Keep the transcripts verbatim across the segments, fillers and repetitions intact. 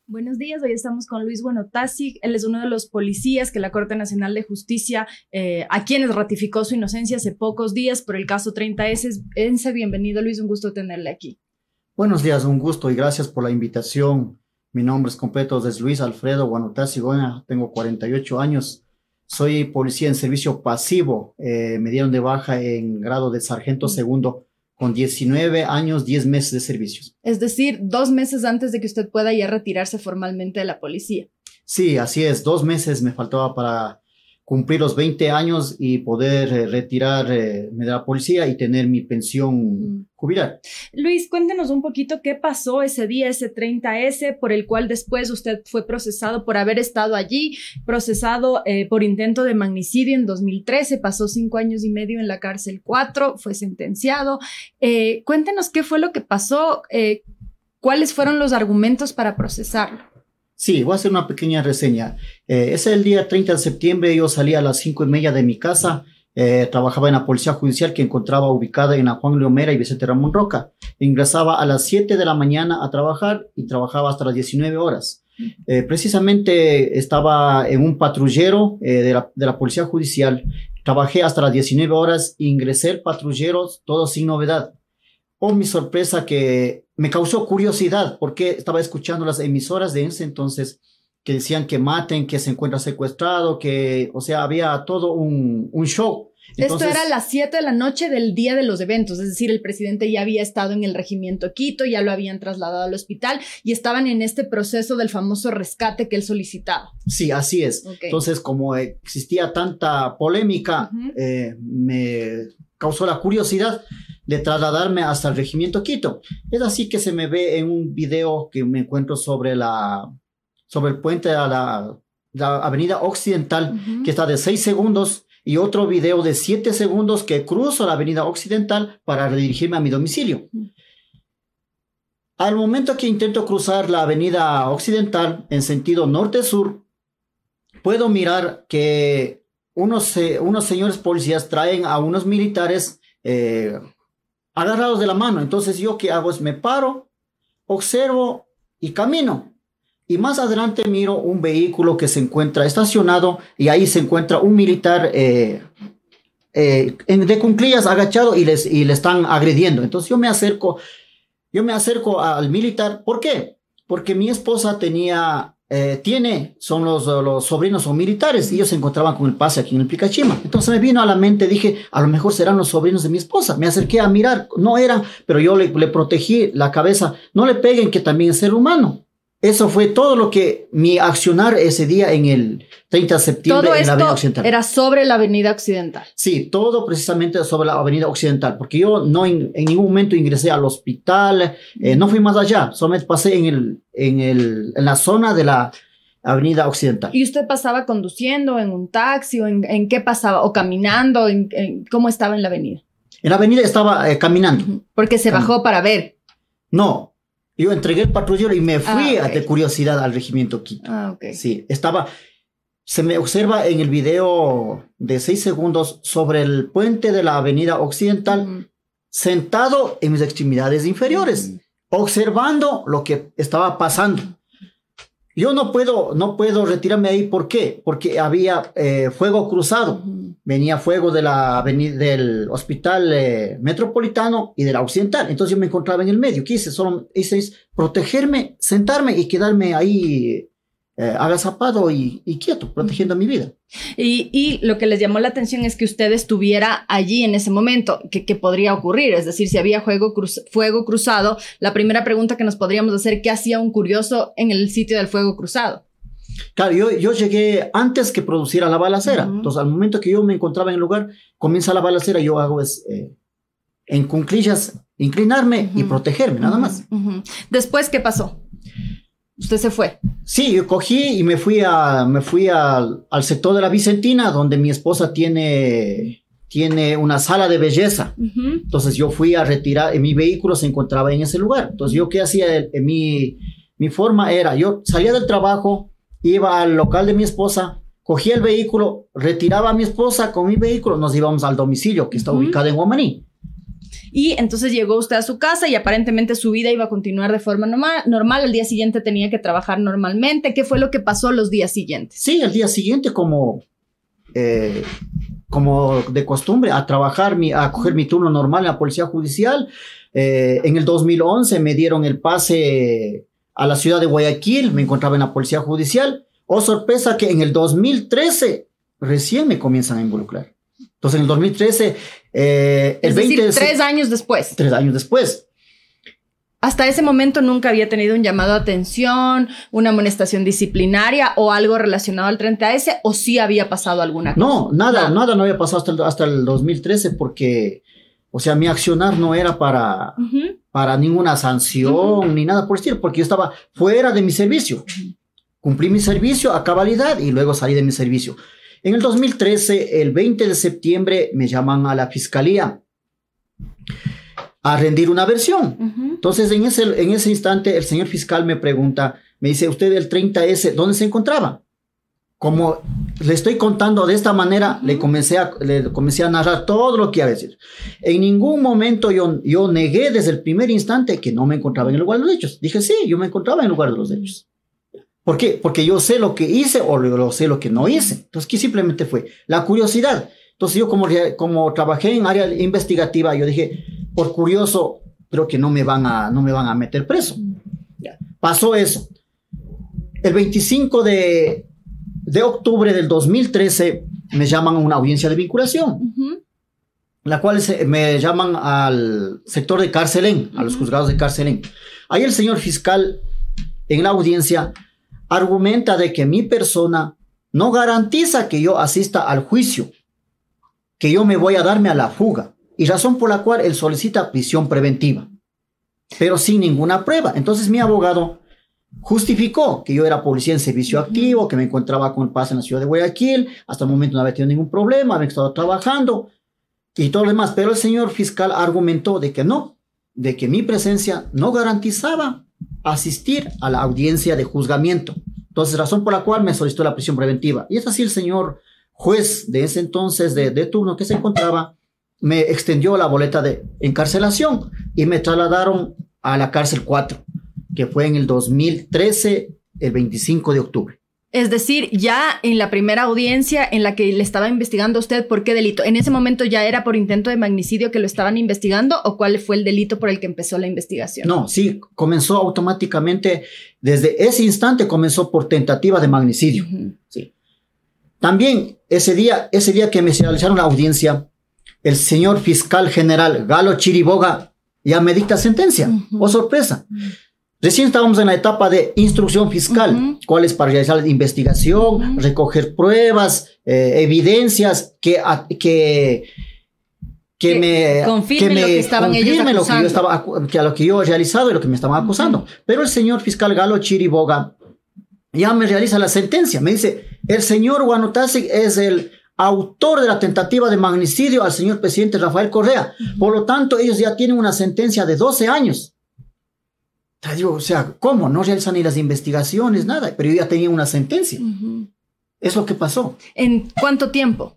Buenos días, hoy estamos con Luis Buenotassi. Él es uno de los policías que la Corte Nacional de Justicia, eh, a quienes ratificó su inocencia hace pocos días por el caso treinta ese. Bienvenido, Luis, un gusto tenerle aquí. Buenos días, un gusto y gracias por la invitación. Mi nombre es completo, es Luis Alfredo Buenotassi Goña, tengo cuarenta y ocho años. Soy policía en servicio pasivo, eh, me dieron de baja en grado de sargento segundo con diecinueve años, diez meses de servicios. Es decir, dos meses antes de que usted pueda ya retirarse formalmente de la policía. Sí, así es, dos meses me faltaba para cumplir los veinte años y poder eh, retirarme eh, de la policía y tener mi pensión mm. jubilar. Luis, cuéntenos un poquito qué pasó ese día, ese treinta ese, por el cual después usted fue procesado por haber estado allí, procesado eh, por intento de magnicidio en dos mil trece, pasó cinco años y medio en la cárcel cuatro, fue sentenciado. Eh, cuéntenos qué fue lo que pasó, eh, cuáles fueron los argumentos para procesarlo. Sí, voy a hacer una pequeña reseña. Eh, ese es el día treinta de septiembre, yo salí a las cinco y media de mi casa, eh, trabajaba en la Policía Judicial que encontraba ubicada en la Juan Leomera y Vicente Ramón Roca. Ingresaba a las siete de la mañana a trabajar y trabajaba hasta las diecinueve horas. Eh, precisamente estaba en un patrullero eh, de, la, de la Policía Judicial, trabajé hasta las diecinueve horas, ingresé el patrullero, todo sin novedad. Oh, mi sorpresa que me causó curiosidad porque estaba escuchando las emisoras de ese entonces que decían que maten, que se encuentra secuestrado, que, o sea, había todo un, un show. Entonces, esto era a las siete de la noche del día de los eventos, es decir, el presidente ya había estado en el regimiento Quito, ya lo habían trasladado al hospital y estaban en este proceso del famoso rescate que él solicitaba. Sí, así es. Okay. Entonces, como existía tanta polémica, uh-huh. eh, me causó la curiosidad de trasladarme hasta el regimiento Quito. Es así que se me ve en un video que me encuentro sobre la sobre el puente a la, la avenida Occidental, uh-huh. que está de seis segundos, y otro video de siete segundos que cruzo la avenida Occidental para redirigirme a mi domicilio. Uh-huh. Al momento que intento cruzar la avenida Occidental en sentido norte-sur, puedo mirar que unos, eh, unos señores policías traen a unos militares eh, agarrados de la mano. Entonces, ¿yo qué hago? Es me paro, observo y camino. Y más adelante miro un vehículo que se encuentra estacionado y ahí se encuentra un militar eh, eh, de cuclillas agachado y, les, y le están agrediendo. Entonces, yo me acerco, yo me acerco al militar. ¿Por qué? Porque mi esposa tenía... Eh, tiene, son los, los sobrinos son militares y ellos se encontraban con el pase aquí en el Picachima. Entonces me vino a la mente, dije, a lo mejor serán los sobrinos de mi esposa. Me acerqué a mirar, no eran, pero yo le, le protegí la cabeza. No le peguen, que también es ser humano. Eso fue todo lo que mi accionar ese día en el treinta de septiembre en la Avenida Occidental. Era sobre la Avenida Occidental. Sí, todo precisamente sobre la Avenida Occidental, porque yo no en, en ningún momento ingresé al hospital, eh, no fui más allá, solamente pasé en, el, en, el, en la zona de la Avenida Occidental. ¿Y usted pasaba conduciendo en un taxi o en, en qué pasaba? ¿O caminando? En, en, ¿Cómo estaba en la avenida? En la avenida estaba eh, caminando. Porque se Cam- bajó para ver. No. Yo entregué el patrullero y me fui ah, okay. de curiosidad al regimiento Quito. Ah, okay. Sí, estaba... Se me observa en el video de seis segundos sobre el puente de la avenida Occidental, mm. sentado en mis extremidades inferiores, mm. observando lo que estaba pasando. Yo no puedo, no puedo retirarme ahí. ¿Por qué? Porque había eh, fuego cruzado. Mm. Venía fuego de la avenida, del hospital eh, metropolitano y de la occidental. Entonces yo me encontraba en el medio. ¿Qué hice? Solo hice protegerme, sentarme y quedarme ahí eh, agazapado y, y quieto, protegiendo mi vida. Y, y lo que les llamó la atención es que usted estuviera allí en ese momento. ¿Qué, qué podría ocurrir? Es decir, si había fuego, cruz, fuego cruzado, la primera pregunta que nos podríamos hacer, ¿qué hacía un curioso en el sitio del fuego cruzado? Claro, yo, yo llegué antes que produciera la balacera. Uh-huh. Entonces, al momento que yo me encontraba en el lugar, comienza la balacera, yo hago es, eh, en cuclillas, inclinarme uh-huh. y protegerme, nada más. Uh-huh. Después, ¿qué pasó? ¿Usted se fue? Sí, yo cogí y me fui, a, me fui a, al sector de la Vicentina, donde mi esposa tiene, tiene una sala de belleza. Uh-huh. Entonces, yo fui a retirar, mi vehículo se encontraba en ese lugar. Entonces, yo qué hacía, en mi, mi forma era, yo salía del trabajo, iba al local de mi esposa, cogía el vehículo, retiraba a mi esposa con mi vehículo, nos íbamos al domicilio que está uh-huh. ubicado en Huamaní. Y entonces llegó usted a su casa y aparentemente su vida iba a continuar de forma normal. normal. Al día siguiente tenía que trabajar normalmente. ¿Qué fue lo que pasó los días siguientes? Sí, el día siguiente como, eh, como de costumbre, a trabajar, mi, a coger mi turno normal en la Policía Judicial. Eh, en el dos mil once me dieron el pase a la ciudad de Guayaquil, me encontraba en la Policía Judicial. Oh, sorpresa que en el dos mil trece recién me comienzan a involucrar. Entonces en el dos mil trece... Eh, el es decir, veinte tres años después. Tres años después. Hasta ese momento nunca había tenido un llamado a atención, una amonestación disciplinaria o algo relacionado al treinta ese, o sí había pasado alguna cosa. No, nada, no. nada no había pasado hasta el, hasta el dos mil trece porque, o sea, mi accionar no era para, uh-huh. para ninguna sanción uh-huh. ni nada por el estilo, porque yo estaba fuera de mi servicio. Uh-huh. Cumplí mi servicio a cabalidad y luego salí de mi servicio. En el dos mil trece, el veinte de septiembre, me llaman a la fiscalía a rendir una versión. Uh-huh. Entonces, en ese, en ese instante, el señor fiscal me pregunta, me dice, ¿usted el treinta ese, dónde se encontraba? Como le estoy contando de esta manera, uh-huh. le, comencé a, le comencé a narrar todo lo que iba a decir. En ningún momento yo, yo negué desde el primer instante que no me encontraba en el lugar de los hechos. Dije, sí, yo me encontraba en el lugar de los hechos. ¿Por qué? Porque yo sé lo que hice o lo sé lo que no hice. Entonces, ¿qué simplemente fue? La curiosidad. Entonces, yo como, como trabajé en área investigativa, yo dije, por curioso, creo que no me van a, no me van a meter preso. Pasó eso. El veinticinco de octubre del dos mil trece me llaman a una audiencia de vinculación, uh-huh. la cual se, me llaman al sector de Carcelén, uh-huh. a los juzgados de Carcelén. Ahí el señor fiscal, en la audiencia, argumenta de que mi persona no garantiza que yo asista al juicio, que yo me voy a darme a la fuga, y razón por la cual él solicita prisión preventiva, pero sin ninguna prueba. Entonces mi abogado justificó que yo era policía en servicio activo, que me encontraba con el pase en la ciudad de Guayaquil, hasta el momento no había tenido ningún problema, había estado trabajando y todo lo demás, pero el señor fiscal argumentó de que no, de que mi presencia no garantizaba asistir a la audiencia de juzgamiento. Entonces, razón por la cual me solicitó la prisión preventiva. Y es así, el señor juez de ese entonces de, de turno que se encontraba me extendió la boleta de encarcelación y me trasladaron a la cárcel cuatro, que fue en el dos mil trece, el veinticinco de octubre. Es decir, ya en la primera audiencia en la que le estaba investigando a usted, ¿por qué delito? ¿En ese momento ya era por intento de magnicidio que lo estaban investigando o cuál fue el delito por el que empezó la investigación? No, sí, comenzó automáticamente, desde ese instante comenzó por tentativa de magnicidio. Uh-huh. Sí. También ese día, ese día que me realizaron la audiencia, el señor fiscal general Galo Chiriboga ya me dicta sentencia. Uh-huh. ¡Oh, sorpresa! Uh-huh. Recién estábamos en la etapa de instrucción fiscal, uh-huh. cuál es para realizar la investigación, uh-huh. recoger pruebas, eh, evidencias que, a, que, que, que me confirmen que me lo que estaban ellos acusando. Lo que, yo estaba, que a lo que yo he realizado y lo que me estaban acusando. Uh-huh. Pero el señor fiscal Galo Chiriboga ya me realiza la sentencia. Me dice, el señor Guanotasi es el autor de la tentativa de magnicidio al señor presidente Rafael Correa. Uh-huh. Por lo tanto, ellos ya tienen una sentencia de doce años. Digo, o sea, ¿cómo? No realizan ni las investigaciones, nada, pero yo ya tenía una sentencia. Uh-huh. Es lo que pasó. ¿En cuánto tiempo?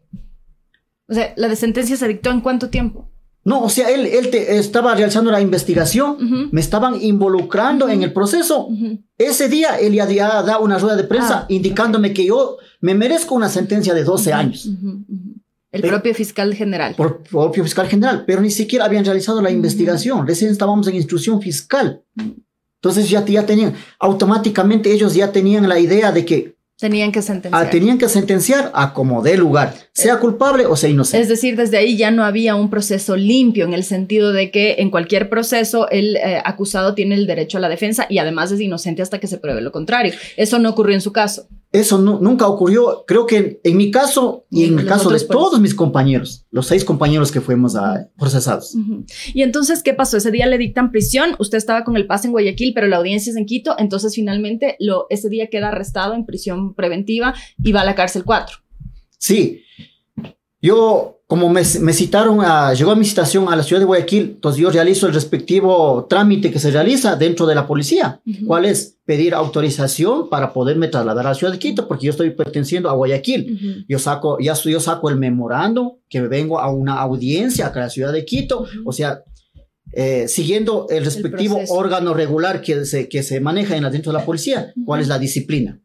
O sea, ¿la de sentencia se dictó en cuánto tiempo? No, o sea, él, él te, estaba realizando la investigación, uh-huh. me estaban involucrando uh-huh. en el proceso. Uh-huh. Ese día él ya, ya da una rueda de prensa ah, indicándome okay. que yo me merezco una sentencia de doce uh-huh. años. Uh-huh. Uh-huh. El pero, propio fiscal general. Por propio fiscal general, pero ni siquiera habían realizado la uh-huh. investigación. Recién estábamos en instrucción fiscal. Uh-huh. Entonces ya, ya tenían, automáticamente ellos ya tenían la idea de que tenían que sentenciar. A, tenían que sentenciar a como dé lugar, sea culpable o sea inocente. Es decir, desde ahí ya no había un proceso limpio en el sentido de que en cualquier proceso el eh, acusado tiene el derecho a la defensa y además es inocente hasta que se pruebe lo contrario. Eso no ocurrió en su caso. Eso no, nunca ocurrió, creo que en mi caso y en el caso de todos mis compañeros, los seis compañeros que fuimos a, procesados. Uh-huh. Y entonces, ¿qué pasó? Ese día le dictan prisión, usted estaba con el pase en Guayaquil, pero la audiencia es en Quito, entonces finalmente lo, ese día queda arrestado en prisión preventiva y va a la cárcel cuatro. Sí, yo como me, me citaron, a, llegó a mi citación a la ciudad de Guayaquil, entonces yo realizo el respectivo trámite que se realiza dentro de la policía. Uh-huh. ¿Cuál es? Pedir autorización para poderme trasladar a la ciudad de Quito, porque yo estoy perteneciendo a Guayaquil. Uh-huh. Yo saco, ya yo saco el memorando que vengo a una audiencia acá en la ciudad de Quito. Uh-huh. O sea, eh, siguiendo el respectivo el órgano regular que se, que se maneja en, dentro de la policía, uh-huh. cuál es la disciplina.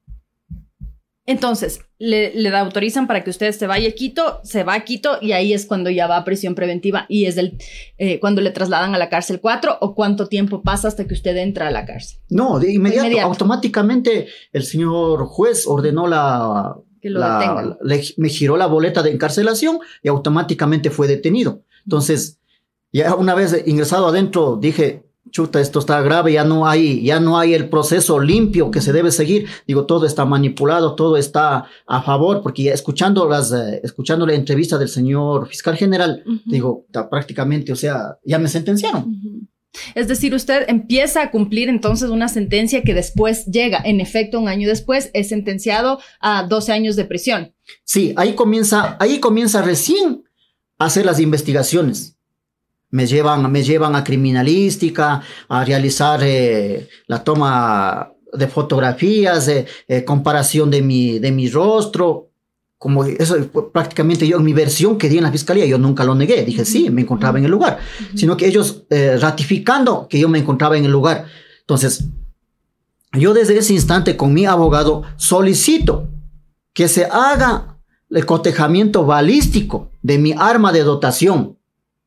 Entonces, le, le autorizan para que usted se vaya a Quito, se va a Quito y ahí es cuando ya va a prisión preventiva y es el, eh, cuando le trasladan a la cárcel cuatro, ¿o cuánto tiempo pasa hasta que usted entra a la cárcel? No, de inmediato, de inmediato. automáticamente el señor juez ordenó la... Que lo la, detengan. Le, me giró la boleta de encarcelación y automáticamente fue detenido. Entonces, ya una vez ingresado adentro, dije... chuta, esto está grave, ya no hay, ya no hay el proceso limpio que se debe seguir. Digo, todo está manipulado, todo está a favor, porque ya escuchando las, eh, escuchando la entrevista del señor fiscal general, uh-huh. digo, prácticamente, o sea, ya me sentenciaron. Uh-huh. Es decir, usted empieza a cumplir entonces una sentencia que después llega, en efecto, un año después, es sentenciado a doce años de prisión. Sí, ahí comienza, ahí comienza recién a hacer las investigaciones. Me llevan, me llevan a criminalística, a realizar eh, la toma de fotografías, eh, eh, comparación de mi, de mi rostro. Como eso, prácticamente yo en mi versión que di en la fiscalía, yo nunca lo negué. Dije, sí, me encontraba en el lugar. Uh-huh. Sino que ellos eh, ratificando que yo me encontraba en el lugar. Entonces, yo desde ese instante con mi abogado solicito que se haga el cotejamiento balístico de mi arma de dotación.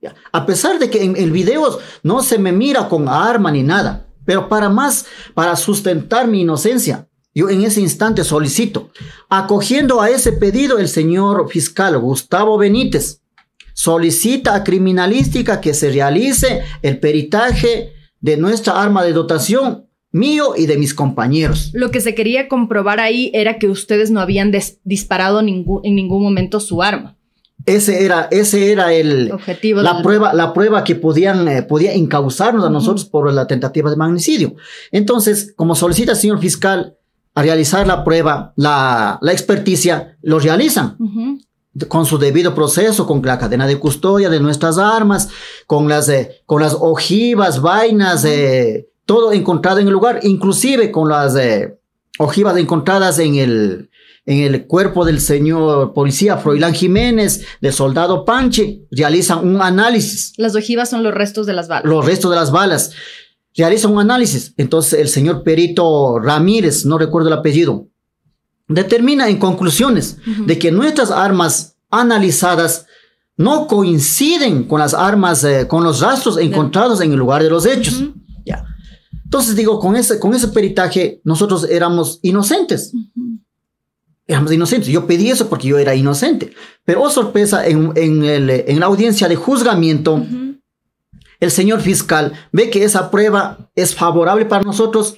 A pesar de que en el video no se me mira con arma ni nada, pero para más, para sustentar mi inocencia, yo en ese instante solicito, acogiendo a ese pedido, el señor fiscal Gustavo Benítez solicita a criminalística que se realice el peritaje de nuestra arma de dotación, mío y de mis compañeros. Lo que se quería comprobar ahí era que ustedes no habían des- disparado ningún, en ningún momento su arma. Ese era, ese era el objetivo la del... prueba, la prueba que podían, eh, podía encauzarnos a nosotros uh-huh. por la tentativa de magnicidio. Entonces, como solicita el señor fiscal a realizar la prueba, la, la experticia, lo realizan uh-huh. con su debido proceso, con la cadena de custodia de nuestras armas, con las, eh, con las ojivas, vainas, uh-huh. eh, todo encontrado en el lugar, inclusive con las eh, ojivas encontradas en el en el cuerpo del señor policía Froilán Jiménez, del soldado Panche, realizan un análisis. Las ojivas son los restos de las balas. Los restos de las balas. Realizan un análisis. Entonces el señor perito Ramírez, no recuerdo el apellido, determina en conclusiones uh-huh. de que nuestras armas analizadas no coinciden con las armas, eh, con los rastros encontrados en el lugar de los hechos. Uh-huh. Ya. Entonces digo, con ese, con ese peritaje nosotros éramos inocentes. Uh-huh. Éramos inocentes. Yo pedí eso porque yo era inocente. Pero, oh sorpresa, en, en, el, en la audiencia de juzgamiento, uh-huh. el señor fiscal ve que esa prueba es favorable para nosotros,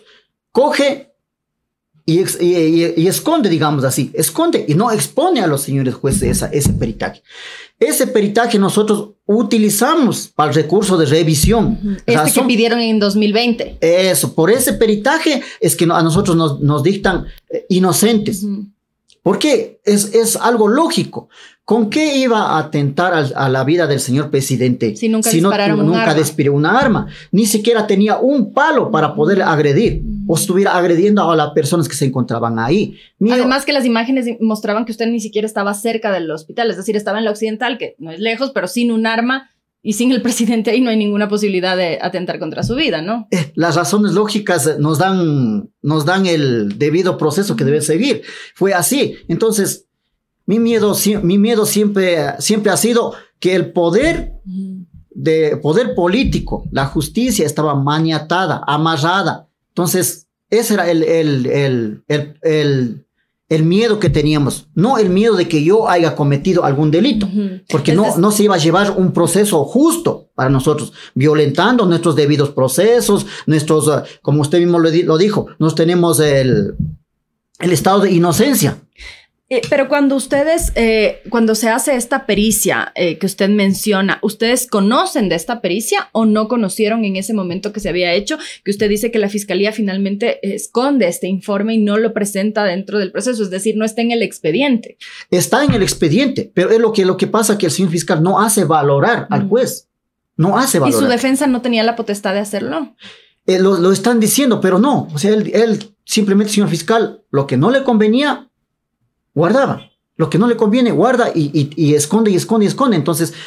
coge y, y, y, y esconde, digamos así, esconde y no expone a los señores jueces esa, ese peritaje. Ese peritaje nosotros utilizamos para el recurso de revisión. Uh-huh. Este Razón, que pidieron en dos mil veinte. Eso, por ese peritaje es que no, a nosotros nos, nos dictan eh, inocentes. Uh-huh. Porque es, es algo lógico. ¿Con qué iba a atentar a, a la vida del señor presidente? Si nunca si no, dispararon nunca arma. despiró una arma. Ni siquiera tenía un palo para poder agredir. O estuviera agrediendo a las personas que se encontraban ahí. Mío, Además que las imágenes mostraban que usted ni siquiera estaba cerca del hospital. Es decir, estaba en la Occidental, que no es lejos, pero sin un arma. Y sin el presidente ahí no hay ninguna posibilidad de atentar contra su vida, ¿no? Eh, las razones lógicas nos dan, nos dan el debido proceso que debe seguir. Fue así. Entonces, mi miedo, mi miedo siempre, siempre ha sido que el poder, de poder político, la justicia estaba maniatada, amarrada. Entonces, ese era el, el, el, el, el el miedo que teníamos, no el miedo de que yo haya cometido algún delito, uh-huh. porque no, no se iba a llevar un proceso justo para nosotros, violentando nuestros debidos procesos, nuestros, uh, como usted mismo lo, lo dijo, nos tenemos el, el estado de inocencia. Eh, pero cuando ustedes, eh, cuando se hace esta pericia eh, que usted menciona, ¿ustedes conocen de esta pericia o no conocieron en ese momento que se había hecho? Que usted dice que la fiscalía finalmente esconde este informe y no lo presenta dentro del proceso, es decir, no está en el expediente. Está en el expediente, pero es lo que, lo que pasa que el señor fiscal no hace valorar al juez, no hace valorar. ¿Y su defensa no tenía la potestad de hacerlo? Eh, lo, lo están diciendo, pero no, o sea, él, él simplemente, señor fiscal, lo que no le convenía, guardaba. Lo que no le conviene, guarda y, y, y esconde y esconde y esconde. Entonces,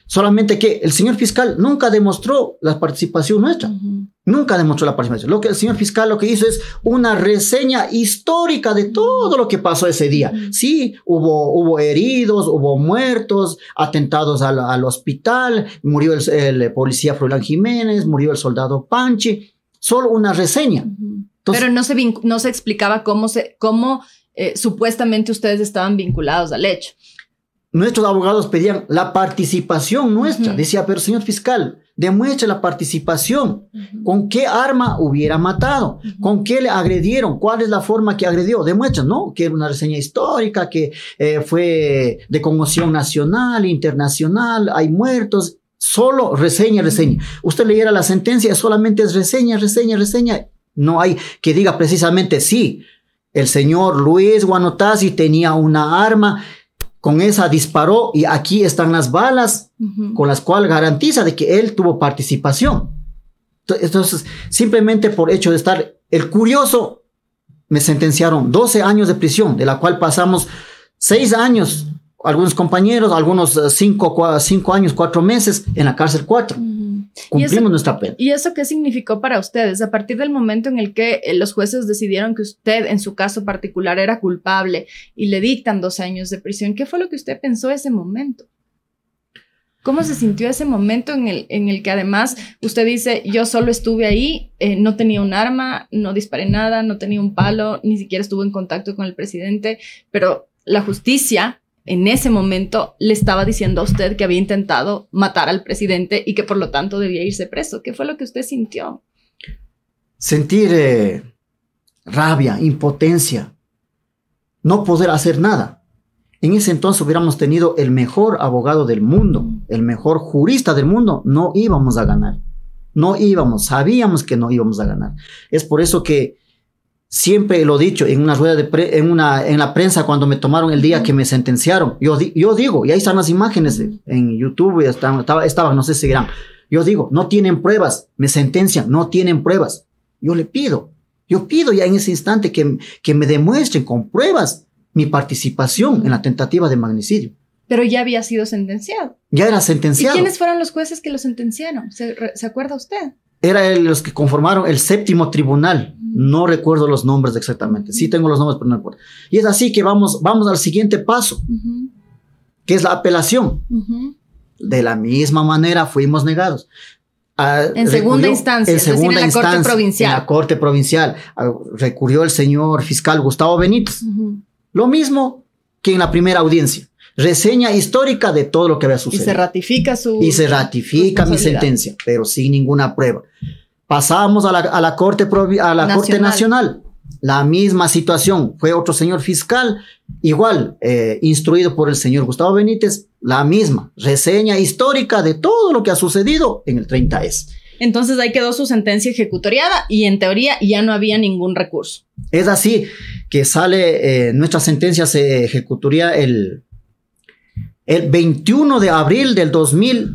Solamente que el señor fiscal nunca demostró la participación nuestra. Uh-huh. Nunca demostró la participación. Lo que el señor fiscal lo que hizo es una reseña histórica de todo lo que pasó ese día. Uh-huh. Sí, hubo, hubo heridos, hubo muertos, atentados al, al hospital, murió el, el policía Froilán Jiménez, murió el soldado Panchi. Solo una reseña. Uh-huh. Entonces, pero no se, vinc- no se explicaba cómo, se, cómo eh, supuestamente ustedes estaban vinculados al hecho. Nuestros abogados pedían la participación nuestra. Uh-huh. Decía, pero señor fiscal, demuestre la participación. Uh-huh. ¿Con qué arma hubiera matado? Uh-huh. ¿Con qué le agredieron? ¿Cuál es la forma que agredió? Demuestra, ¿no? Que era una reseña histórica, que eh, fue de conmoción nacional, internacional, hay muertos. Solo reseña, reseña. Uh-huh. Usted leyera la sentencia, solamente es reseña, reseña, reseña. No hay que diga precisamente, sí, el señor Luis Guanotazzi tenía una arma, con esa disparó y aquí están las balas uh-huh. con las cuales garantiza de que él tuvo participación. Entonces, simplemente por hecho de estar el curioso, me sentenciaron doce años de prisión, de la cual pasamos seis años, algunos compañeros, algunos cinco años, cuatro meses, en la cárcel cuatro. Uh-huh. Cumplimos ¿Y eso, nuestra pena. ¿Y eso qué significó para ustedes? A partir del momento en el que eh, los jueces decidieron que usted, en su caso particular, era culpable y le dictan doce años de prisión, ¿qué fue lo que usted pensó ese momento? ¿Cómo se sintió ese momento en el, en el que además usted dice, yo solo estuve ahí, eh, no tenía un arma, no disparé nada, no tenía un palo, ni siquiera estuve en contacto con el presidente, pero la justicia en ese momento le estaba diciendo a usted que había intentado matar al presidente y que por lo tanto debía irse preso? ¿Qué fue lo que usted sintió? Sentir eh, rabia, impotencia, no poder hacer nada. En ese entonces hubiéramos tenido el mejor abogado del mundo, el mejor jurista del mundo, no íbamos a ganar. No íbamos, sabíamos que no íbamos a ganar. Es por eso que siempre lo he dicho en una rueda de pre, en una en la prensa cuando me tomaron el día que me sentenciaron. Yo, yo digo, y ahí están las imágenes en YouTube, estaban, estaba, estaba, no sé si dirán. Yo digo, no tienen pruebas, me sentencian, no tienen pruebas. Yo le pido, yo pido ya en ese instante que, que me demuestren con pruebas mi participación en la tentativa de magnicidio. Pero ya había sido sentenciado. Ya era sentenciado. ¿Y quiénes fueron los jueces que lo sentenciaron? ¿Se, ¿se acuerda usted? Era el, los que conformaron el séptimo tribunal. No recuerdo los nombres exactamente. Sí tengo los nombres, pero no recuerdo. Y es así que vamos, vamos al siguiente paso, uh-huh. que es la apelación. Uh-huh. De la misma manera fuimos negados. Uh, en segunda instancia, en segunda es decir, en la instancia, Corte Provincial. En la Corte Provincial. Uh, recurrió el señor fiscal Gustavo Benítez. Uh-huh. Lo mismo que en la primera audiencia. Reseña histórica de todo lo que había sucedido. Y se ratifica su... Y se ratifica mi sentencia, pero sin ninguna prueba. Pasamos a la, a la, corte, provi- a la Nacional. Corte Nacional. La misma situación. Fue otro señor fiscal, igual, eh, instruido por el señor Gustavo Benítez, la misma. Reseña histórica de todo lo que ha sucedido en el treinta ese. Entonces ahí quedó su sentencia ejecutoriada y en teoría ya no había ningún recurso. Es así que sale, eh, nuestra sentencia se ejecutaría el... El veintiuno de abril del dos mil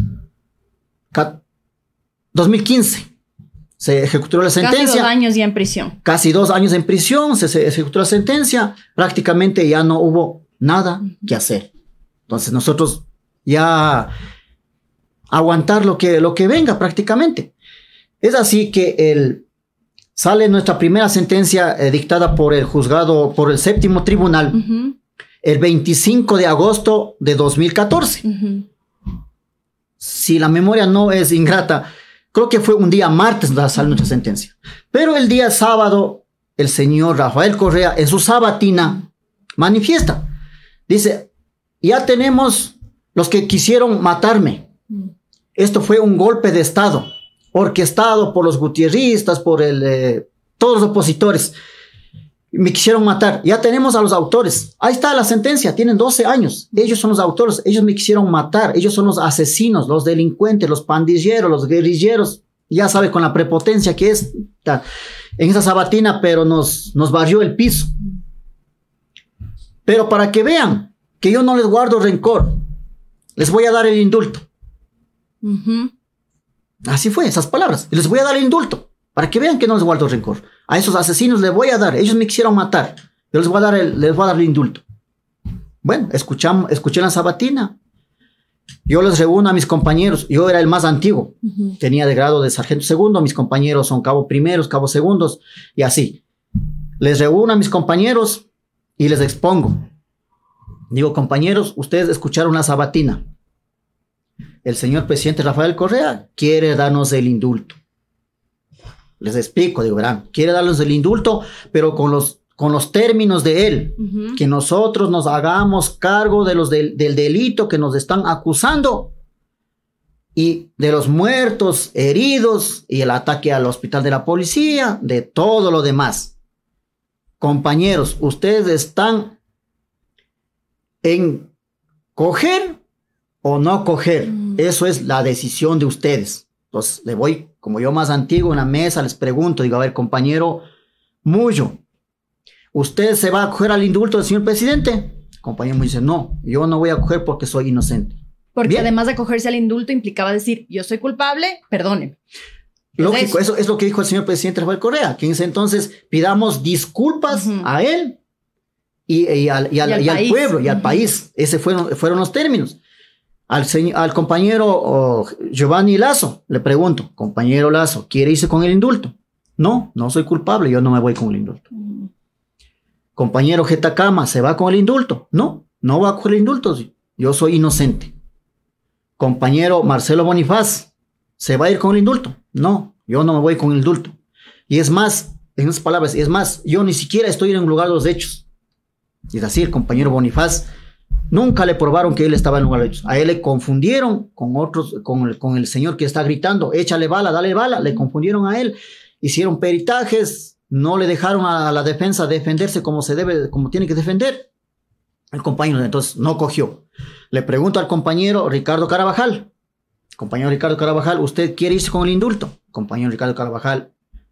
quince se ejecutó la sentencia. Casi dos años ya en prisión. Casi dos años en prisión, se, se ejecutó la sentencia. Prácticamente ya no hubo nada que hacer. Entonces nosotros ya aguantar lo que, lo que venga prácticamente. Es así que el, sale nuestra primera sentencia eh, dictada por el juzgado, por el séptimo tribunal. Uh-huh. El veinticinco de agosto de dos mil catorce. Uh-huh. Si la memoria no es ingrata, creo que fue un día martes donde sale nuestra sentencia. Pero el día sábado, el señor Rafael Correa, en su sabatina, manifiesta. Dice, ya tenemos los que quisieron matarme. Uh-huh. Esto fue un golpe de Estado, orquestado por los gutierristas, por el, eh, todos los opositores. Me quisieron matar. Ya tenemos a los autores. Ahí está la sentencia. Tienen doce años. Ellos son los autores. Ellos me quisieron matar. Ellos son los asesinos, los delincuentes, los pandilleros, los guerrilleros. Ya sabe con la prepotencia que es en esa sabatina, pero nos, nos barrió el piso. Pero para que vean que yo no les guardo rencor, les voy a dar el indulto. Uh-huh. Así fue, esas palabras. Les voy a dar el indulto. Para que vean que no les guardo rencor. A esos asesinos les voy a dar. Ellos me quisieron matar. Yo les voy a dar el, les voy a dar el indulto. Bueno, escuchamos, escuché la sabatina. Yo les reúno a mis compañeros. Yo era el más antiguo. Uh-huh. Tenía de grado de sargento segundo. Mis compañeros son cabo primeros, cabo segundos y así. Les reúno a mis compañeros y les expongo. Digo, compañeros, ustedes escucharon la sabatina. El señor presidente Rafael Correa quiere darnos el indulto. Les explico, digo, verán, quiere darnos el indulto, pero con los, con los términos de él, uh-huh. que nosotros nos hagamos cargo de los del, del delito que nos están acusando y de los muertos, heridos y el ataque al hospital de la policía, de todo lo demás. Compañeros, ustedes están en coger o no coger. Uh-huh. Eso es la decisión de ustedes. Entonces, le voy, como yo más antiguo en la mesa, les pregunto, digo, a ver, compañero Mullo, ¿usted se va a acoger al indulto del señor presidente? El compañero me dice, no, yo no voy a acoger porque soy inocente. Porque Bien. Además de acogerse al indulto implicaba decir, yo soy culpable, perdóneme. Lógico, eso? eso es lo que dijo el señor presidente Rafael Correa, que en ese entonces pidamos disculpas uh-huh. a él y, y, al, y, al, y, al, y al pueblo y uh-huh. al país. Esos fueron, fueron los términos. Al, señor, al compañero oh, Giovanni Lazo, le pregunto, compañero Lazo, ¿quiere irse con el indulto? No, no soy culpable, yo no me voy con el indulto. Mm. Compañero Getacama, ¿se va con el indulto? No, no va con el indulto, yo soy inocente. Compañero Marcelo Bonifaz, ¿se va a ir con el indulto? No, yo no me voy con el indulto. Y es más, en esas palabras, es más, yo ni siquiera estoy en el lugar de los hechos. Y es así, el compañero Bonifaz, nunca le probaron que él estaba en lugar de hechos. A él le confundieron con otros, con el, con el señor que está gritando, échale bala, dale bala. Le confundieron a él, hicieron peritajes, no le dejaron a la defensa defenderse como se debe, como tiene que defender. El compañero entonces no cogió. Le pregunto al compañero Ricardo Carabajal, compañero Ricardo Carabajal, ¿usted quiere irse con el indulto? Compañero Ricardo Carabajal,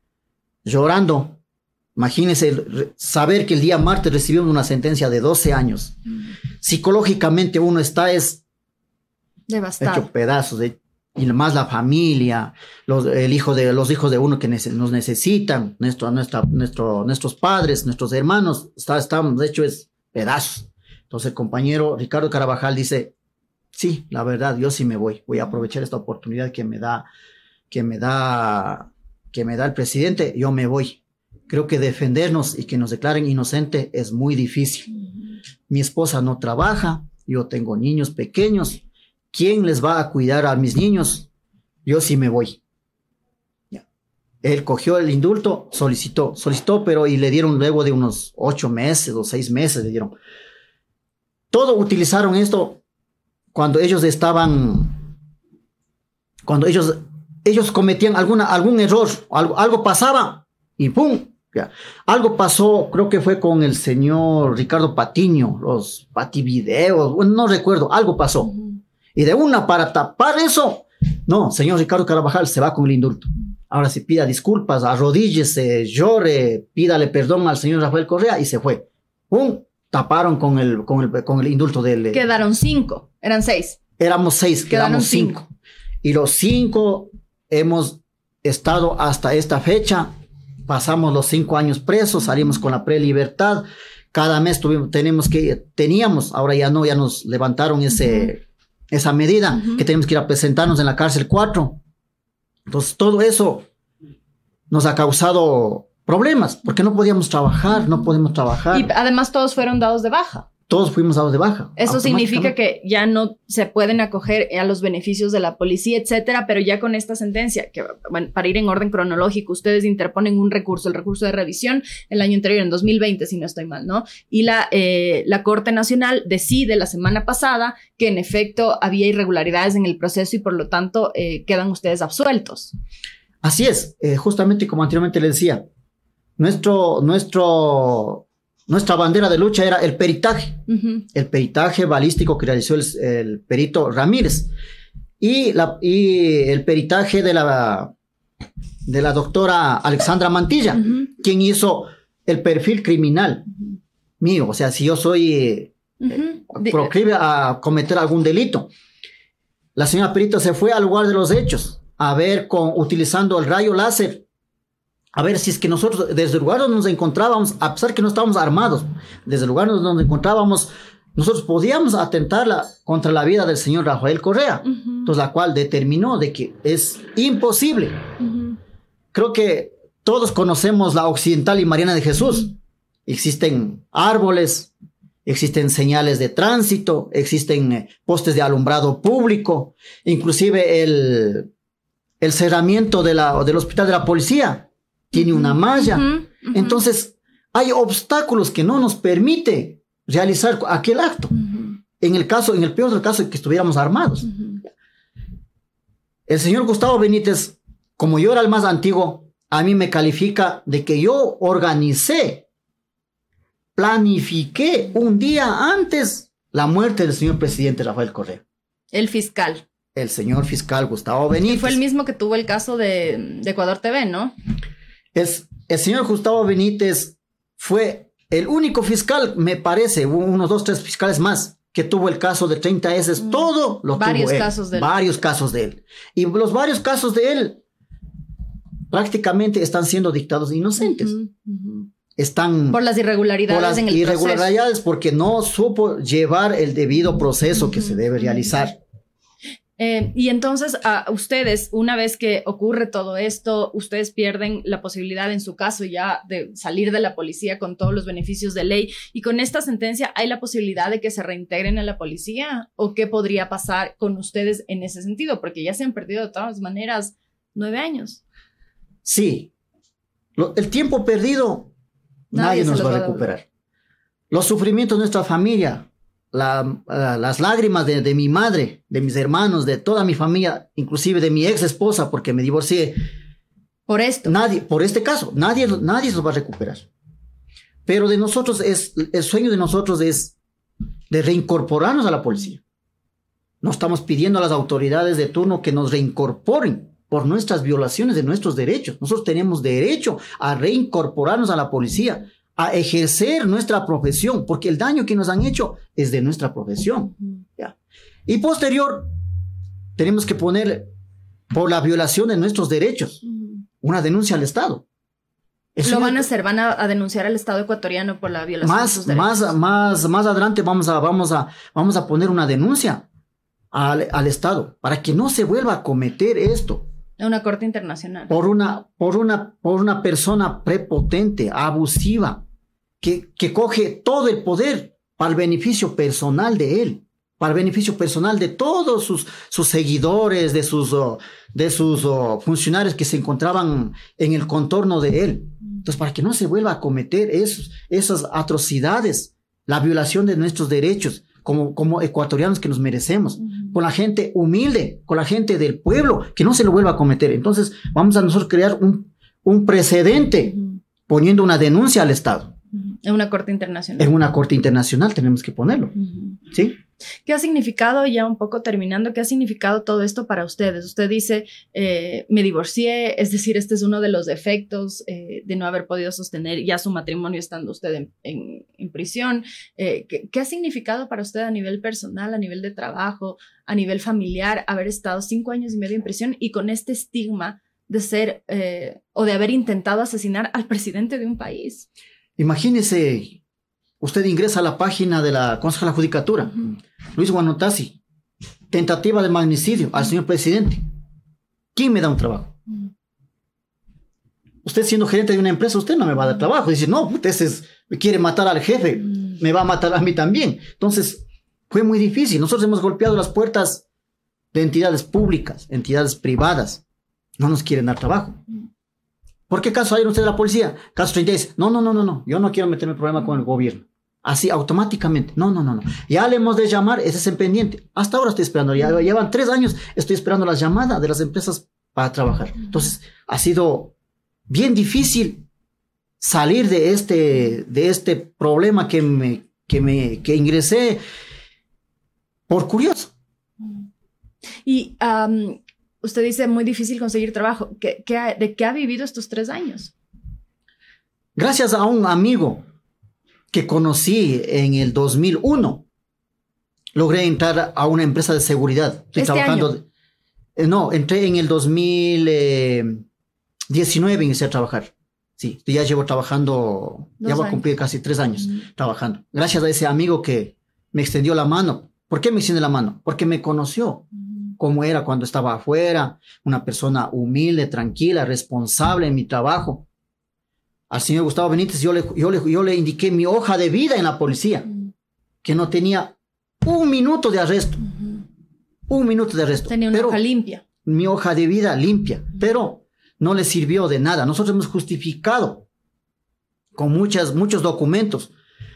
llorando. Imagínense saber que el día martes recibimos una sentencia de doce años. Mm. Psicológicamente uno está es devastado, hecho pedazos de, y más la familia, los, el hijo de, los hijos de uno que nece, nos necesitan, nuestro, nuestra, nuestro, nuestros padres, nuestros hermanos, está, estamos de hecho es pedazos. Entonces el compañero Ricardo Carabajal dice, sí, la verdad, yo sí me voy, voy a aprovechar esta oportunidad que me da, que me da, que me da el presidente, yo me voy. Creo que defendernos y que nos declaren inocente es muy difícil. Mi esposa no trabaja, yo tengo niños pequeños. ¿Quién les va a cuidar a mis niños? Yo sí me voy. Ya. Él cogió el indulto, solicitó, solicitó, pero y le dieron luego de unos ocho meses o seis meses, le dieron. Todo utilizaron esto cuando ellos estaban, cuando ellos, ellos cometían alguna, algún error, algo, algo pasaba y ¡pum! Ya. Algo pasó, creo que fue con el señor Ricardo Patiño, los pativideos, bueno, no recuerdo, algo pasó. Uh-huh. Y de una para tapar eso, no, señor Ricardo Carabajal se va con el indulto. Ahora sí pida disculpas, arrodíllese, llore, pídale perdón al señor Rafael Correa y se fue. ¡Pum! Taparon con el, con el, con el indulto del... Quedaron cinco, eran seis. Éramos seis, quedaron quedamos cinco. cinco. Y los cinco hemos estado hasta esta fecha. Pasamos los cinco años presos, salimos con la prelibertad. Cada mes tuvimos, tenemos que, teníamos, ahora ya no, ya nos levantaron ese, uh-huh. esa medida, uh-huh. que tenemos que ir a presentarnos en la cárcel cuatro. Entonces todo eso nos ha causado problemas, porque no podíamos trabajar, no podemos trabajar. Y además todos fueron dados de baja. Todos fuimos dados de baja. Eso significa que ya no se pueden acoger a los beneficios de la policía, etcétera, pero ya con esta sentencia, que bueno, para ir en orden cronológico, ustedes interponen un recurso, el recurso de revisión el año anterior, en dos mil veinte, si no estoy mal, ¿no? Y la, eh, la Corte Nacional decide la semana pasada que en efecto había irregularidades en el proceso y por lo tanto eh, quedan ustedes absueltos. Así es, eh, justamente como anteriormente les decía, nuestro, nuestro, nuestra bandera de lucha era el peritaje, uh-huh. el peritaje balístico que realizó el, el perito Ramírez y, la, y el peritaje de la, de la doctora Alexandra Mantilla, uh-huh. quien hizo el perfil criminal uh-huh. mío, o sea, si yo soy uh-huh. eh, proclive a cometer algún delito. La señora perito se fue al lugar de los hechos a ver, con, utilizando el rayo láser, a ver si es que nosotros, desde el lugar donde nos encontrábamos, a pesar que no estábamos armados, desde el lugar donde nos encontrábamos, nosotros podíamos atentar la, contra la vida del señor Rafael Correa, Uh-huh. entonces la cual determinó de que es imposible. Uh-huh. Creo que todos conocemos la Occidental y Mariana de Jesús. Uh-huh. Existen árboles, existen señales de tránsito, existen eh, postes de alumbrado público, inclusive el, el cerramiento de la, del hospital de la policía tiene una malla. Uh-huh. Uh-huh. Entonces, hay obstáculos que no nos permite realizar aquel acto. Uh-huh. En el caso, en el peor del caso, que estuviéramos armados. Uh-huh. El señor Gustavo Benítez, como yo era el más antiguo, a mí me califica de que yo organicé, planifiqué un día antes la muerte del señor presidente Rafael Correa. El fiscal. El señor fiscal Gustavo Benítez. Y fue el mismo que tuvo el caso de, de Ecuador T V, ¿no? Es, el señor Gustavo Benítez fue el único fiscal, me parece, hubo unos dos, tres fiscales más, que tuvo el caso de treinta S, mm. todo lo varios tuvo él. Casos de él. Varios casos de él. Y los varios casos de él prácticamente están siendo dictados inocentes. Uh-huh, uh-huh. Están... Por las irregularidades por las en el irregularidades proceso. Porque no supo llevar el debido proceso uh-huh, que se debe realizar. Eh, y entonces a uh, ustedes, una vez que ocurre todo esto, ustedes pierden la posibilidad en su caso ya de salir de la policía con todos los beneficios de ley, y con esta sentencia ¿hay la posibilidad de que se reintegren a la policía? ¿O qué podría pasar con ustedes en ese sentido? Porque ya se han perdido de todas maneras nueve años. Sí, Lo, el tiempo perdido nadie, nadie nos va a recuperar. Los sufrimientos de nuestra familia, La, la, las lágrimas de, de mi madre, de mis hermanos, de toda mi familia, inclusive de mi ex esposa, porque me divorcié. Por esto. Nadie, por este caso, nadie, nadie los va a recuperar. Pero de nosotros es, el sueño de nosotros es de reincorporarnos a la policía. No estamos pidiendo a las autoridades de turno que nos reincorporen por nuestras violaciones de nuestros derechos. Nosotros tenemos derecho a reincorporarnos a la policía, a ejercer nuestra profesión, porque el daño que nos han hecho es de nuestra profesión. ¿Ya? Y posterior, tenemos que poner por la violación de nuestros derechos una denuncia al Estado. Es Lo una... van a hacer, van a, a denunciar al Estado ecuatoriano por la violación más, de sus derechos. Más, más, más adelante vamos a, vamos, a, vamos a poner una denuncia al, al Estado para que no se vuelva a cometer esto. A una corte internacional. Por una, por una, por una persona prepotente, abusiva, que, que coge todo el poder para el beneficio personal de él, para el beneficio personal de todos sus, sus seguidores, de sus, uh, de sus uh, funcionarios que se encontraban en el contorno de él. Entonces, para que no se vuelva a cometer esos, esas atrocidades, la violación de nuestros derechos como, como ecuatorianos que nos merecemos, uh-huh. con la gente humilde, con la gente del pueblo, que no se lo vuelva a cometer. Entonces, vamos a nosotros crear un, un precedente uh-huh. poniendo una denuncia al Estado. Uh-huh. En una corte internacional. En una corte internacional tenemos que ponerlo. Uh-huh. ¿Sí? ¿Qué ha significado, ya un poco terminando, qué ha significado todo esto para ustedes? Usted dice, eh, me divorcié, es decir, este es uno de los efectos eh, de no haber podido sostener ya su matrimonio estando usted en, en, en prisión. Eh, ¿qué, ¿Qué ha significado para usted a nivel personal, a nivel de trabajo, a nivel familiar, haber estado cinco años y medio en prisión y con este estigma de ser eh, o de haber intentado asesinar al presidente de un país? Imagínese... Usted ingresa a la página de la Consejo de la Judicatura. Uh-huh. Luis Guanotasi, tentativa de magnicidio uh-huh. al señor presidente. ¿Quién me da un trabajo? Uh-huh. Usted siendo gerente de una empresa, usted no me va a dar trabajo. Dice, no, usted es, quiere matar al jefe, uh-huh. me va a matar a mí también. Entonces, fue muy difícil. Nosotros hemos golpeado las puertas de entidades públicas, entidades privadas. No nos quieren dar trabajo. Uh-huh. ¿Por qué caso hay usted de la policía? Caso treinta y seis. No, no, no, no, no. Yo no quiero meterme en problema con el gobierno. Así, automáticamente. No, no, no, no. Ya le hemos de llamar, ese es en pendiente. Hasta ahora estoy esperando. Ya llevan tres años, estoy esperando las llamadas de las empresas para trabajar. Entonces, ha sido bien difícil salir de este, de este problema que me, que me, que ingresé por curioso. Y um, usted dice muy difícil conseguir trabajo. ¿Qué, qué ha, ¿De qué ha vivido estos tres años? Gracias a un amigo que conocí en el dos mil uno, logré entrar a una empresa de seguridad. Estoy ¿Este trabajando. año? De, no, entré en el dos mil diecinueve, inicié a trabajar. Sí, ya llevo trabajando, Dos ya voy a cumplir casi tres años uh-huh. trabajando. Gracias a ese amigo que me extendió la mano. ¿Por qué me extiende la mano? Porque me conoció cómo era cuando estaba afuera, una persona humilde, tranquila, responsable en mi trabajo. Al señor Gustavo Benítez yo le, yo le, yo le indiqué mi hoja de vida en la policía, que no tenía un minuto de arresto. Un minuto de arresto. Tenía una pero, hoja limpia. Mi hoja de vida limpia, pero no le sirvió de nada. Nosotros hemos justificado con muchas, muchos documentos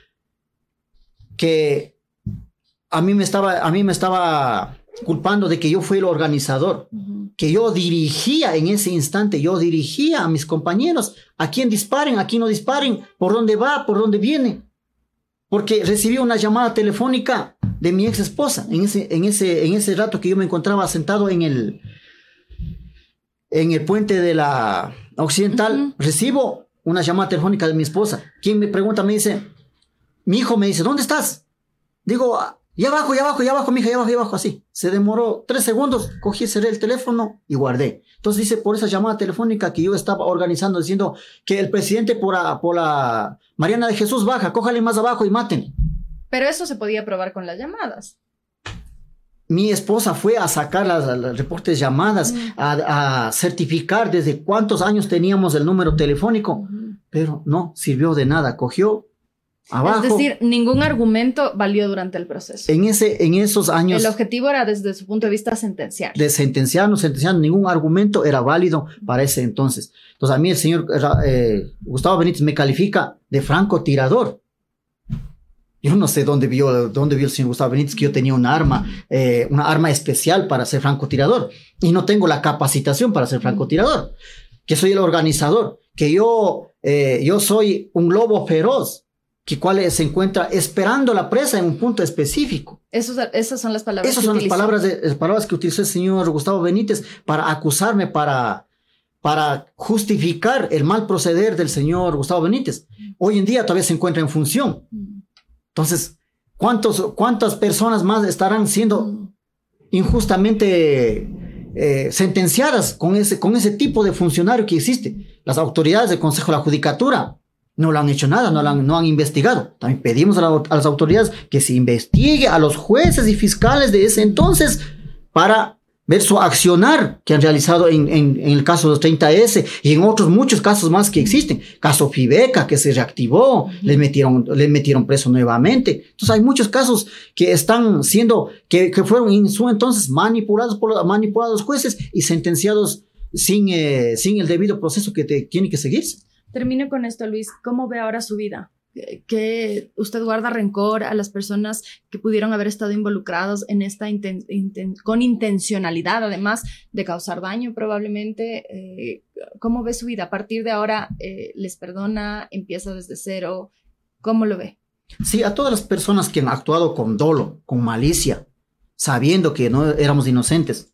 que a mí me estaba, a mí me estaba culpando de que yo fui el organizador, uh-huh. que yo dirigía en ese instante, yo dirigía a mis compañeros, a quién disparen, a quién no disparen, por dónde va, por dónde viene. Porque recibí una llamada telefónica de mi ex esposa en ese, en ese, en ese rato que yo me encontraba sentado en el, en el puente de la Occidental. Uh-huh. Recibo una llamada telefónica de mi esposa. Quien me pregunta, me dice, mi hijo me dice, ¿dónde estás? Digo, ya abajo, ya abajo, ya abajo, mija, ya abajo, ya abajo, así. Se demoró tres segundos, cogí, cerré el teléfono y guardé. Entonces dice, por esa llamada telefónica que yo estaba organizando, diciendo que el presidente por la, por la Mariana de Jesús baja, cójale más abajo y maten. Pero eso se podía probar con las llamadas. Mi esposa fue a sacar los reportes llamadas, uh-huh. a, a certificar desde cuántos años teníamos el número telefónico, uh-huh. pero no sirvió de nada, cogió abajo. Es decir, ningún argumento valió durante el proceso. En, ese, en esos años... El objetivo era desde su punto de vista sentenciar. De sentenciar, no sentenciar, ningún argumento era válido para ese entonces. Entonces a mí el señor eh, Gustavo Benítez me califica de francotirador. Yo no sé dónde vio, dónde vio el señor Gustavo Benítez que yo tenía un arma, eh, una arma especial para ser francotirador. Y no tengo la capacitación para ser francotirador. Que soy el organizador. Que yo, eh, yo soy un lobo feroz. Que cual se encuentra esperando la presa en un punto específico. Esos, esas son las palabras Esas que son utilizó. las palabras, de, las palabras que utilizó el señor Gustavo Benítez para acusarme, para, para justificar el mal proceder del señor Gustavo Benítez. Hoy en día todavía se encuentra en función. Entonces, ¿cuántos, cuántas personas más estarán siendo injustamente eh, sentenciadas con ese, con ese tipo de funcionario que existe? Las autoridades del Consejo de la Judicatura no lo han hecho nada, no lo han, no han investigado. También pedimos a, la, a las autoridades que se investigue a los jueces y fiscales de ese entonces para ver su accionar que han realizado en, en, en el caso de los treinta ese y en otros muchos casos más que existen. Caso Fibeca, que se reactivó, les metieron, les metieron preso nuevamente. Entonces hay muchos casos que están siendo, que, que fueron en su entonces manipulados por los, manipulados jueces y sentenciados sin, eh, sin el debido proceso que te, tiene que seguirse. Termino con esto, Luis. ¿Cómo ve ahora su vida? ¿Que usted guarda rencor a las personas que pudieron haber estado involucrados en esta inten inten con intencionalidad, además de causar daño probablemente? Eh, ¿Cómo ve su vida? A partir de ahora, eh, ¿les perdona? ¿Empieza desde cero? ¿Cómo lo ve? Sí, a todas las personas que han actuado con dolo, con malicia, sabiendo que no éramos inocentes,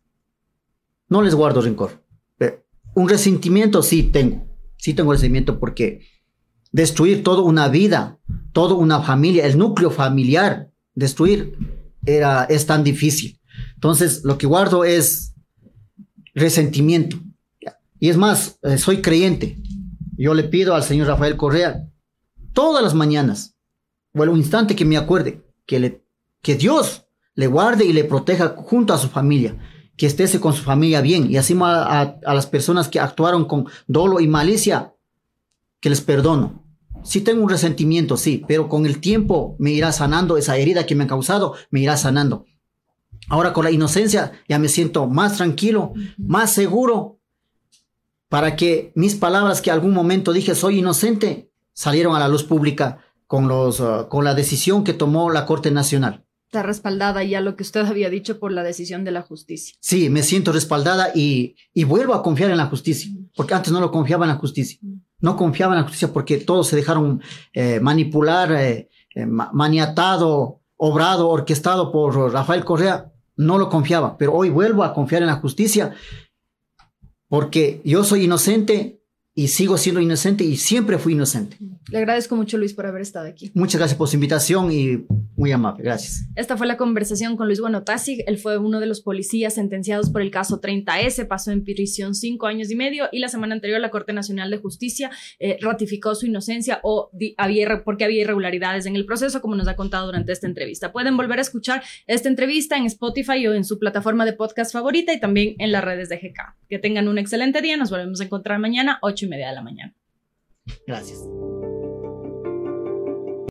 no les guardo rencor. Pero un resentimiento sí tengo. Sí tengo resentimiento porque destruir toda una vida, toda una familia, el núcleo familiar, destruir era, es tan difícil. Entonces, lo que guardo es resentimiento. Y es más, eh, soy creyente. Yo le pido al señor Rafael Correa, todas las mañanas, o el instante que me acuerde, que, le, que Dios le guarde y le proteja junto a su familia. Que esté con su familia bien, y así a, a, a las personas que actuaron con dolo y malicia, que les perdono. Sí tengo un resentimiento, sí, pero con el tiempo me irá sanando esa herida que me han causado, me irá sanando. Ahora con la inocencia ya me siento más tranquilo, más seguro, para que mis palabras que algún momento dije soy inocente, salieron a la luz pública con, los, uh, con la decisión que tomó la Corte Nacional. Está respaldada ya lo que usted había dicho por la decisión de la justicia. Sí, me siento respaldada y, y vuelvo a confiar en la justicia, porque antes no lo confiaba en la justicia. No confiaba en la justicia porque todos se dejaron eh, manipular, eh, eh, maniatado, obrado, orquestado por Rafael Correa. No lo confiaba, pero hoy vuelvo a confiar en la justicia porque yo soy inocente y sigo siendo inocente y siempre fui inocente. Le agradezco mucho, Luis, por haber estado aquí. Muchas gracias por su invitación y Muy amable, gracias. Esta fue la conversación con Luis Buenotasig. Él fue uno de los policías sentenciados por el caso treinta ese, pasó en prisión cinco años y medio y la semana anterior la Corte Nacional de Justicia eh, ratificó su inocencia o di, había, porque había irregularidades en el proceso, como nos ha contado durante esta entrevista. Pueden volver a escuchar esta entrevista en Spotify o en su plataforma de podcast favorita y también en las redes de G K. Que tengan un excelente día. Nos volvemos a encontrar mañana, ocho y media de la mañana. Gracias.